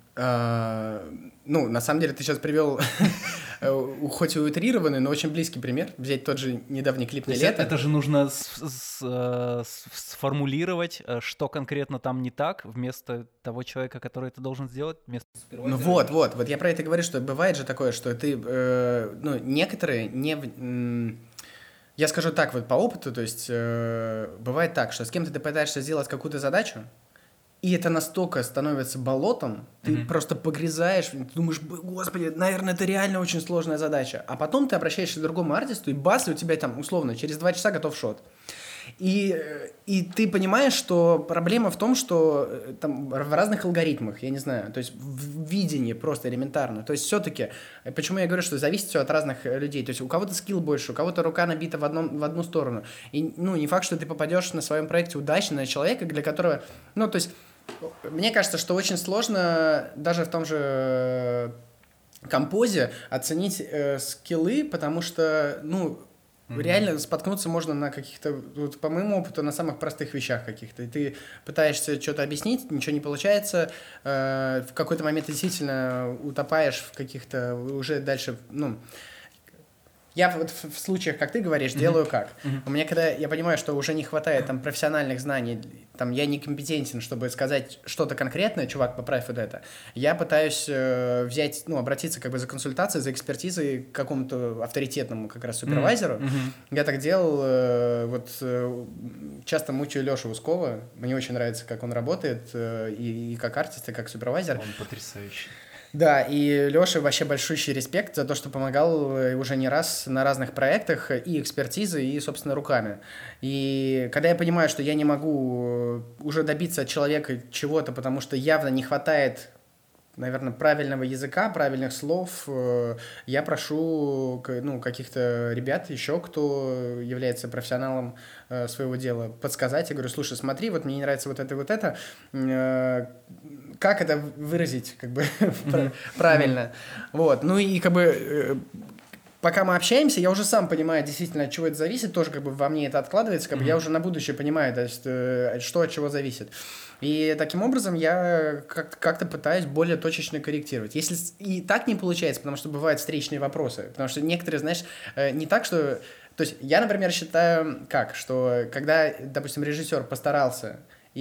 На самом деле ты сейчас привел хоть и утрированный, но очень близкий пример. Взять тот же недавний клип «Не лето». Это же нужно сформулировать, что конкретно там не так, вместо того человека, который это должен сделать. Вот я про это говорю, что бывает же такое, что ты, некоторые не... Я скажу так по опыту, то есть бывает так, что с кем-то ты пытаешься сделать какую-то задачу, и это настолько становится болотом, ты просто погрязаешь, ты думаешь: господи, наверное, это реально очень сложная задача. А потом ты обращаешься к другому артисту, и бас, и у тебя там, условно, через 2 часа готов шот. И ты понимаешь, что проблема в том, что там в разных алгоритмах, я не знаю, то есть в видении просто элементарно. То есть все-таки, почему я говорю, что зависит все от разных людей. То есть у кого-то скилл больше, у кого-то рука набита в одну сторону. И, ну, не факт, что ты попадешь на своем проекте удачно на человека, для которого, ну, то есть мне кажется, что очень сложно даже в том же композе оценить скиллы, потому что, ну, реально споткнуться можно на каких-то, вот, по моему опыту, на самых простых вещах каких-то. И ты пытаешься что-то объяснить, ничего не получается, в какой-то момент ты действительно утопаешь в каких-то уже дальше, ну... Я вот в случаях, как ты говоришь, делаю как. У меня, когда я понимаю, что уже не хватает там профессиональных знаний, там я некомпетентен, чтобы сказать что-то конкретное, чувак, поправь вот это, я пытаюсь взять, ну, обратиться как бы за консультацией, за экспертизой к какому-то авторитетному как раз супервайзеру. Я так делал, часто мучаю Лешу Ускова, мне очень нравится, как он работает, и как артист, и как супервайзер. Он потрясающий. Да, и Лёше вообще большущий респект за то, что помогал уже не раз на разных проектах и экспертизой, и, собственно, руками. И когда я понимаю, что я не могу уже добиться от человека чего-то, потому что явно не хватает, наверное, правильного языка, правильных слов, я прошу, ну, каких-то ребят еще, кто является профессионалом своего дела, подсказать. Я говорю, слушай, смотри, вот мне не нравится вот это, как это выразить, как бы, правильно. Вот, ну и как бы... Пока мы общаемся, я уже сам понимаю действительно, от чего это зависит, тоже как бы во мне это откладывается, как бы я уже на будущее понимаю, то есть, что от чего зависит. И таким образом я как-то пытаюсь более точечно корректировать. Если и так не получается, потому что бывают встречные вопросы, потому что некоторые, знаешь, не так, что... То есть я, например, считаю, что когда, допустим, режиссер постарался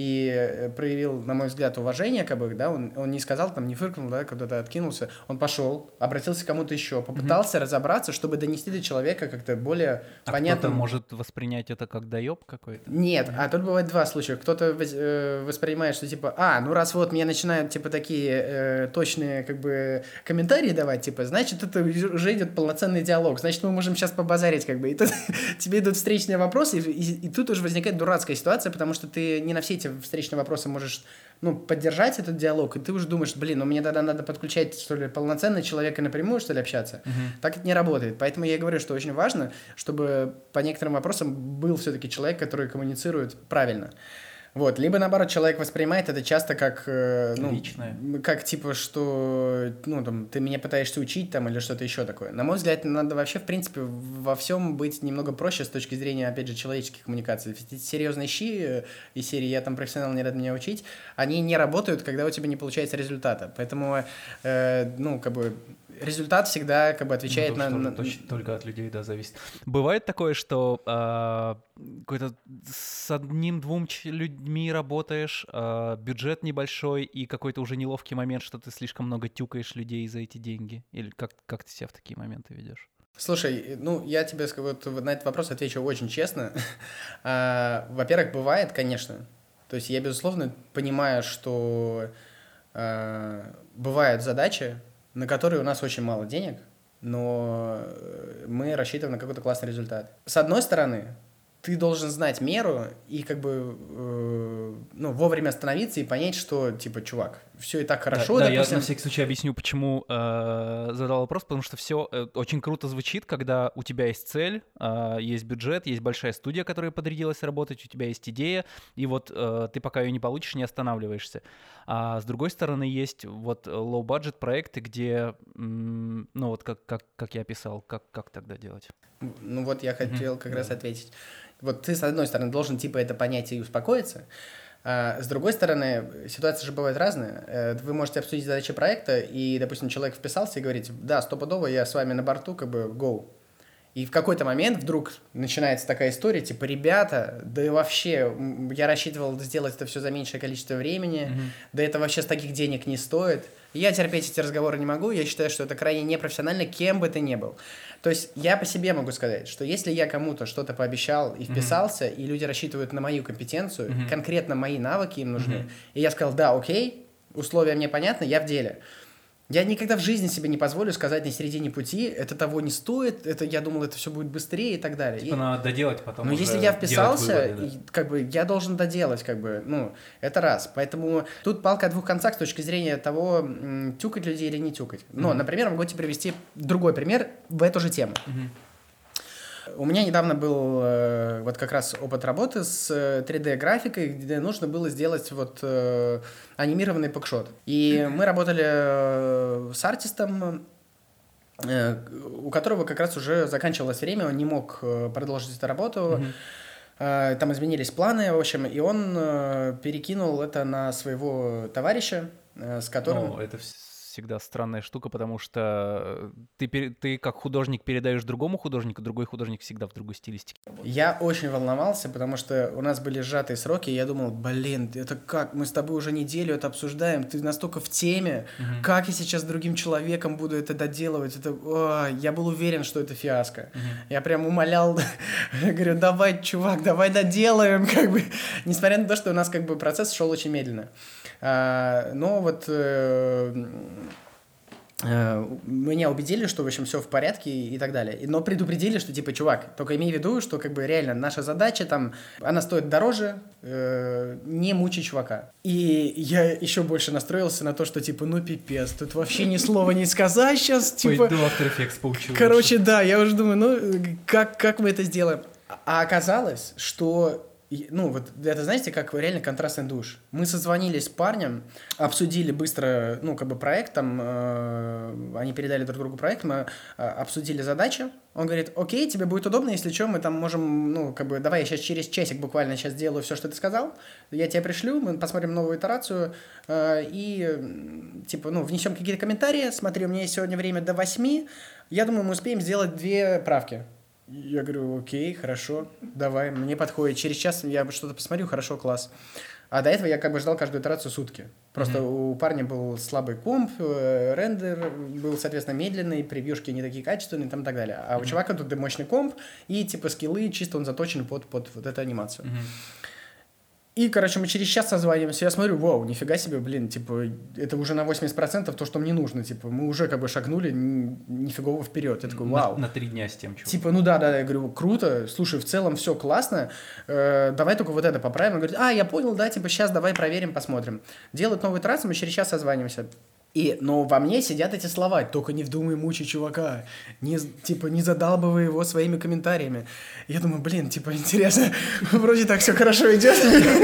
и проявил, на мой взгляд, уважение, как бы, да, он не сказал, там, не фыркнул, да, куда-то откинулся, он пошел, обратился к кому-то еще, попытался разобраться, чтобы донести до человека как-то более понятно. Кто-то может воспринять это как доеб какой-то? Нет, а тут бывает два случая. Кто-то воспринимает, что типа, ну раз вот мне начинают типа такие точные как бы комментарии давать, типа, значит, это уже идет полноценный диалог, значит, мы можем сейчас побазарить, как бы, и тут тебе идут встречные вопросы, и тут уже возникает дурацкая ситуация, потому что ты не на все эти встречные вопросы можешь, ну, поддержать этот диалог, и ты уже думаешь, блин, ну мне тогда надо подключать, что ли, полноценно человека напрямую, что ли, общаться. Так это не работает. Поэтому я и говорю, что очень важно, чтобы по некоторым вопросам был все-таки человек, который коммуницирует правильно. Вот, либо наоборот, человек воспринимает это часто как, личное. Как типа, что, ну, там, ты меня пытаешься учить, там, или что-то еще такое. На мой взгляд, надо вообще, в принципе, во всем быть немного проще с точки зрения, опять же, человеческих коммуникаций. Эти серьезные щи из серии «Я там профессионал, не рад меня учить», они не работают, когда у тебя не получается результата. Поэтому, ну, как бы, результат всегда как бы отвечает только от людей, да, зависит. Бывает такое, что какой-то с одним-двум людьми работаешь, бюджет небольшой и какой-то уже неловкий момент, что ты слишком много тюкаешь людей за эти деньги? Или как ты себя в такие моменты ведешь? Слушай, ну, я тебе вот на этот вопрос отвечу очень честно. Во-первых, бывает, конечно. То есть я, безусловно, понимаю, что бывают задачи, на которые у нас очень мало денег, но мы рассчитываем на какой-то классный результат. С одной стороны, ты должен знать меру и как бы вовремя остановиться и понять, что, типа, чувак, все и так хорошо. Да, допустим... я на всякий случай объясню, почему задал вопрос, потому что все очень круто звучит, когда у тебя есть цель, есть бюджет, есть большая студия, которая подрядилась работать, у тебя есть идея, и вот ты пока ее не получишь, не останавливаешься. А с другой стороны, есть вот low-budget проекты, где, ну вот как я описал, как тогда делать? Ну вот я хотел как раз ответить. Вот ты, с одной стороны, должен типа это понять и успокоиться, а с другой стороны, ситуации же бывают разные. Вы можете обсудить задачи проекта, и, допустим, человек вписался и говорит, да, стопудово, я с вами на борту, как бы, go. И в какой-то момент вдруг начинается такая история, типа, ребята, да и вообще, я рассчитывал сделать это все за меньшее количество времени, да это вообще с таких денег не стоит. Я терпеть эти разговоры не могу, я считаю, что это крайне непрофессионально, кем бы ты ни был. То есть я по себе могу сказать, что если я кому-то что-то пообещал и вписался, и люди рассчитывают на мою компетенцию, конкретно мои навыки им нужны, и я сказал, да, окей, условия мне понятны, я в деле, Я никогда в жизни себе не позволю сказать на середине пути, это того не стоит, это я думал, это все будет быстрее и так далее. Типа надо доделать потом. Но если я вписался, как бы я должен доделать, как бы, ну, это раз. Поэтому тут палка о двух концах с точки зрения того, тюкать людей или не тюкать. Но, например, могу тебе привести другой пример в эту же тему. У меня недавно был вот как раз опыт работы с 3D-графикой, где нужно было сделать вот анимированный пэкшот. И мы работали с артистом, у которого как раз уже заканчивалось время, он не мог продолжить эту работу. Там изменились планы, в общем, и он перекинул это на своего товарища, с которым... Ну, это всегда странная штука, потому что ты как художник передаешь другому художнику, другой художник всегда в другой стилистике. Я очень волновался, потому что у нас были сжатые сроки, и я думал, блин, это как? Мы с тобой уже неделю это обсуждаем, ты настолько в теме, как я сейчас с другим человеком буду это доделывать? Я был уверен, что это фиаско. Я прям умолял, говорю, давай, чувак, давай доделаем, как бы. Несмотря на то, что у нас как бы процесс шел очень медленно. Но вот... меня убедили, что, в общем, все в порядке и так далее. Но предупредили, что, типа, чувак, только имей в виду, что, как бы, реально наша задача, там, она стоит дороже, не мучай чувака. И я еще больше настроился на то, что, типа, ну, пипец, тут вообще ни слова не сказать сейчас, типа... Пойду After Effects поучу. Короче, да, я уже думаю, ну, как мы это сделаем? А оказалось, что... Ну, вот это, знаете, как реально контрастный душ. Мы созвонились с парнем, обсудили быстро, ну, как бы проект, там, они передали друг другу проект, мы обсудили задачи. Он говорит, окей, тебе будет удобно, если что, мы там можем, ну, как бы, давай я сейчас через часик буквально сейчас сделаю все, что ты сказал, я тебе пришлю, мы посмотрим новую итерацию и, типа, ну, внесем какие-то комментарии, смотри, у меня есть сегодня время до 8, я думаю, мы успеем сделать 2 правки. Я говорю, окей, хорошо, давай, мне подходит. Через час я что-то посмотрю, хорошо, класс. А до этого я как бы ждал каждую итерацию сутки. Просто у парня был слабый комп, рендер был, соответственно, медленный, превьюшки не такие качественные, там и так далее. А у чувака тут мощный комп и типа скиллы, чисто он заточен под вот эту анимацию. И, короче, мы через час созваниваемся, я смотрю, вау, нифига себе, блин, типа, это уже на 80% то, что мне нужно, типа, мы уже как бы шагнули нифигово вперед. Я такой, вау. На 3 дня с тем, чего. Типа, ну да, я говорю, круто, слушай, в целом все классно, давай только вот это поправим. Он говорит, я понял, да, типа, сейчас давай проверим, посмотрим. Делают новую трассу, мы через час созваниваемся. Но во мне сидят эти слова, только не вдумай мучай чувака, не задалбывай его своими комментариями. Я думаю, блин, типа, интересно, вроде так все хорошо идет.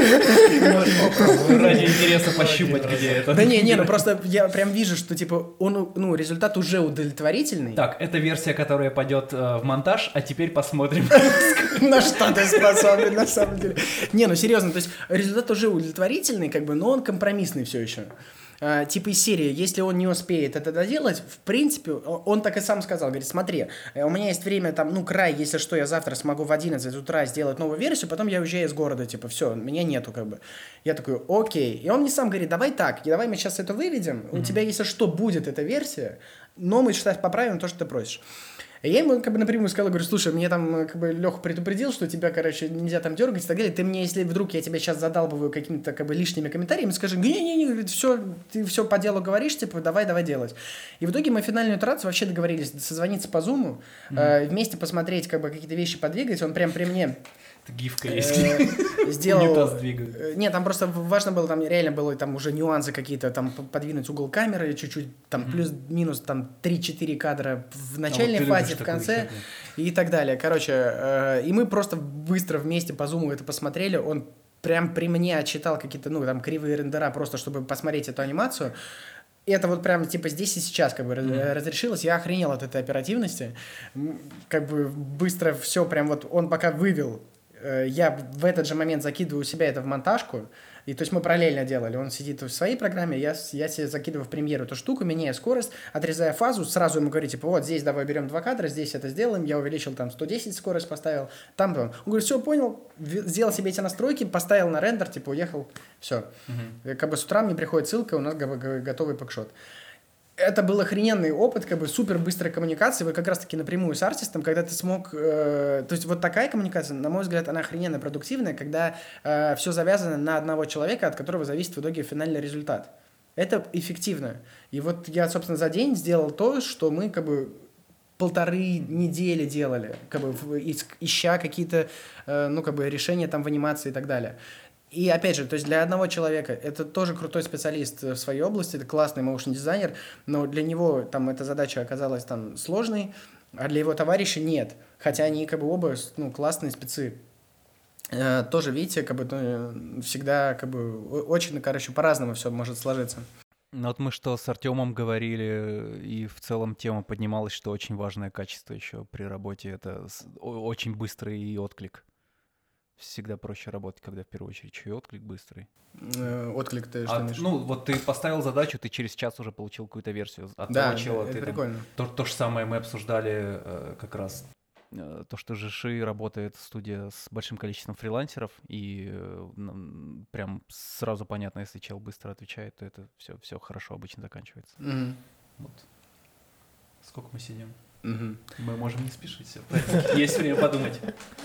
Ради интереса пощупать, где это. Да не, ну просто я прям вижу, что, типа, он, ну, результат уже удовлетворительный. Так, это версия, которая пойдет в монтаж, а теперь посмотрим. На что ты способен, на самом деле. Не, ну серьезно, то есть результат уже удовлетворительный, как бы, но он компромиссный все еще. Типа из серии, если он не успеет это доделать, в принципе, он так и сам сказал, говорит, смотри, у меня есть время там, ну, край, если что, я завтра смогу в 11 утра сделать новую версию, потом я уезжаю из города, типа, все, меня нету, как бы. Я такой, окей. И он мне сам говорит, давай так, давай мы сейчас это выведем, у тебя, если что, будет эта версия, но мы сейчас поправим то, что ты просишь. Я ему как бы напрямую сказал, говорю, слушай, мне там как бы Леха предупредил, что тебя, короче, нельзя там дергать и так далее. Ты мне, если вдруг я тебя сейчас задалбываю какими-то как бы лишними комментариями, скажи, не, все, ты все по делу говоришь, типа, давай делать. И в итоге мы финальную итерацию вообще договорились созвониться по зуму, вместе посмотреть, как бы какие-то вещи подвигать. Он прям при мне гифка есть. Сделал... Унитаз двигают. Нет, там просто важно было, там реально было там уже нюансы какие-то, там подвинуть угол камеры чуть-чуть, там плюс-минус там 3-4 кадра в начальной фазе, в конце и так далее. Короче, и мы просто быстро вместе по зуму это посмотрели, он прям при мне отчитал какие-то, ну, там, кривые рендера просто, чтобы посмотреть эту анимацию. И это вот прям типа здесь и сейчас как бы разрешилось. Я охренел от этой оперативности. Как бы быстро все прям вот он пока вывел. Я в этот же момент закидываю у себя это в монтажку. И то есть мы параллельно делали. Он сидит в своей программе, я себе закидываю в премьеру эту штуку, меняю скорость, отрезаю фазу, сразу ему говорю, типа, вот здесь давай берем 2 кадра, здесь это сделаем, я увеличил там 110 скорость поставил, там. Он говорит, все, понял, сделал себе эти настройки, поставил на рендер, типа, уехал, все. Как бы с утра мне приходит ссылка, у нас готовый пэкшот. Это был охрененный опыт, как бы супер быстрая коммуникация, вы как раз-таки напрямую с артистом, когда ты смог... то есть вот такая коммуникация, на мой взгляд, она охрененно продуктивная, когда все завязано на одного человека, от которого зависит в итоге финальный результат. Это эффективно. И вот я, собственно, за день сделал то, что мы как бы 1,5 недели делали, как бы ища какие-то, ну, как бы решения там в анимации и так далее. И опять же, то есть для одного человека это тоже крутой специалист в своей области, это классный моушн-дизайнер, но для него там эта задача оказалась там сложной, а для его товарища нет. Хотя они как бы оба, ну, классные спецы. Тоже, видите, как бы всегда как бы очень, короче, по-разному все может сложиться. Ну вот мы что с Артемом говорили, и в целом тема поднималась, что очень важное качество еще при работе — это очень быстрый отклик. Всегда проще работать, когда в первую очередь еще и отклик быстрый. Отклик ты что имеешь? Ну вот ты поставил задачу, ты через час уже получил какую-то версию. От да, того, чего это ты прикольно. То же самое мы обсуждали как раз. То, что Жиши работает студия с большим количеством фрилансеров, и прям сразу понятно, если чел быстро отвечает, то это все хорошо обычно заканчивается. Mm-hmm. Вот. Сколько мы сидим? Mm-hmm. Мы можем не спешить, все. Есть время подумать.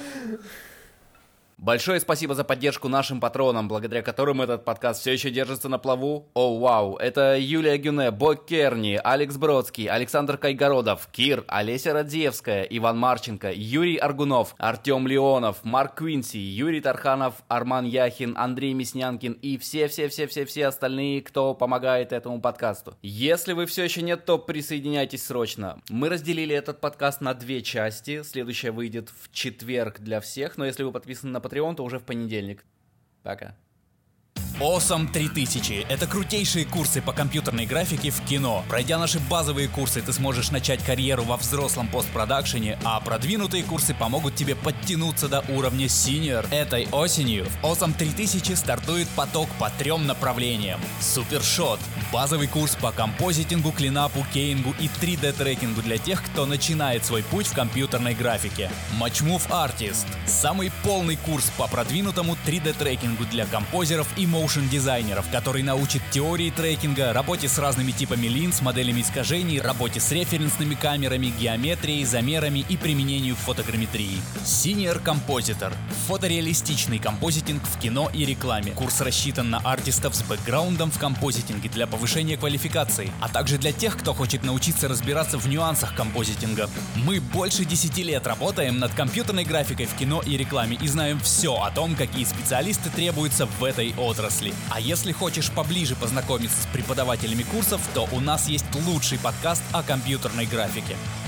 Большое спасибо за поддержку нашим патронам, благодаря которым этот подкаст все еще держится на плаву. О, вау! Это Юлия Гюне, Бог Керни, Алекс Бродский, Александр Кайгородов, Кир, Олеся Радзиевская, Иван Марченко, Юрий Аргунов, Артем Леонов, Марк Квинси, Юрий Тарханов, Арман Яхин, Андрей Мяснянкин и все остальные, кто помогает этому подкасту. Если вы все еще нет, то присоединяйтесь срочно. Мы разделили этот подкаст на 2 части. Следующая выйдет в четверг для всех, но если вы подписаны на Patreon, то уже в понедельник. Пока. Awesome 3000 – это крутейшие курсы по компьютерной графике в кино. Пройдя наши базовые курсы, ты сможешь начать карьеру во взрослом постпродакшене, а продвинутые курсы помогут тебе подтянуться до уровня Senior. Этой осенью в Awesome 3000 стартует поток по 3 направлениям. Супершот – базовый курс по композитингу, клинапу, кейингу и 3D-трекингу для тех, кто начинает свой путь в компьютерной графике. Matchmove Artist – самый полный курс по продвинутому 3D-трекингу для композеров и моушн-дизайнеров, который научит теории трекинга, работе с разными типами линз, моделями искажений, работе с референсными камерами, геометрией, замерами и применению в фотограмметрии. Senior Compositor – фотореалистичный композитинг в кино и рекламе. Курс рассчитан на артистов с бэкграундом в композитинге для повышения квалификации, а также для тех, кто хочет научиться разбираться в нюансах композитинга. Мы больше 10 лет работаем над компьютерной графикой в кино и рекламе и знаем все о том, какие специалисты требуются в этой отрасли. А если хочешь поближе познакомиться с преподавателями курсов, то у нас есть лучший подкаст о компьютерной графике.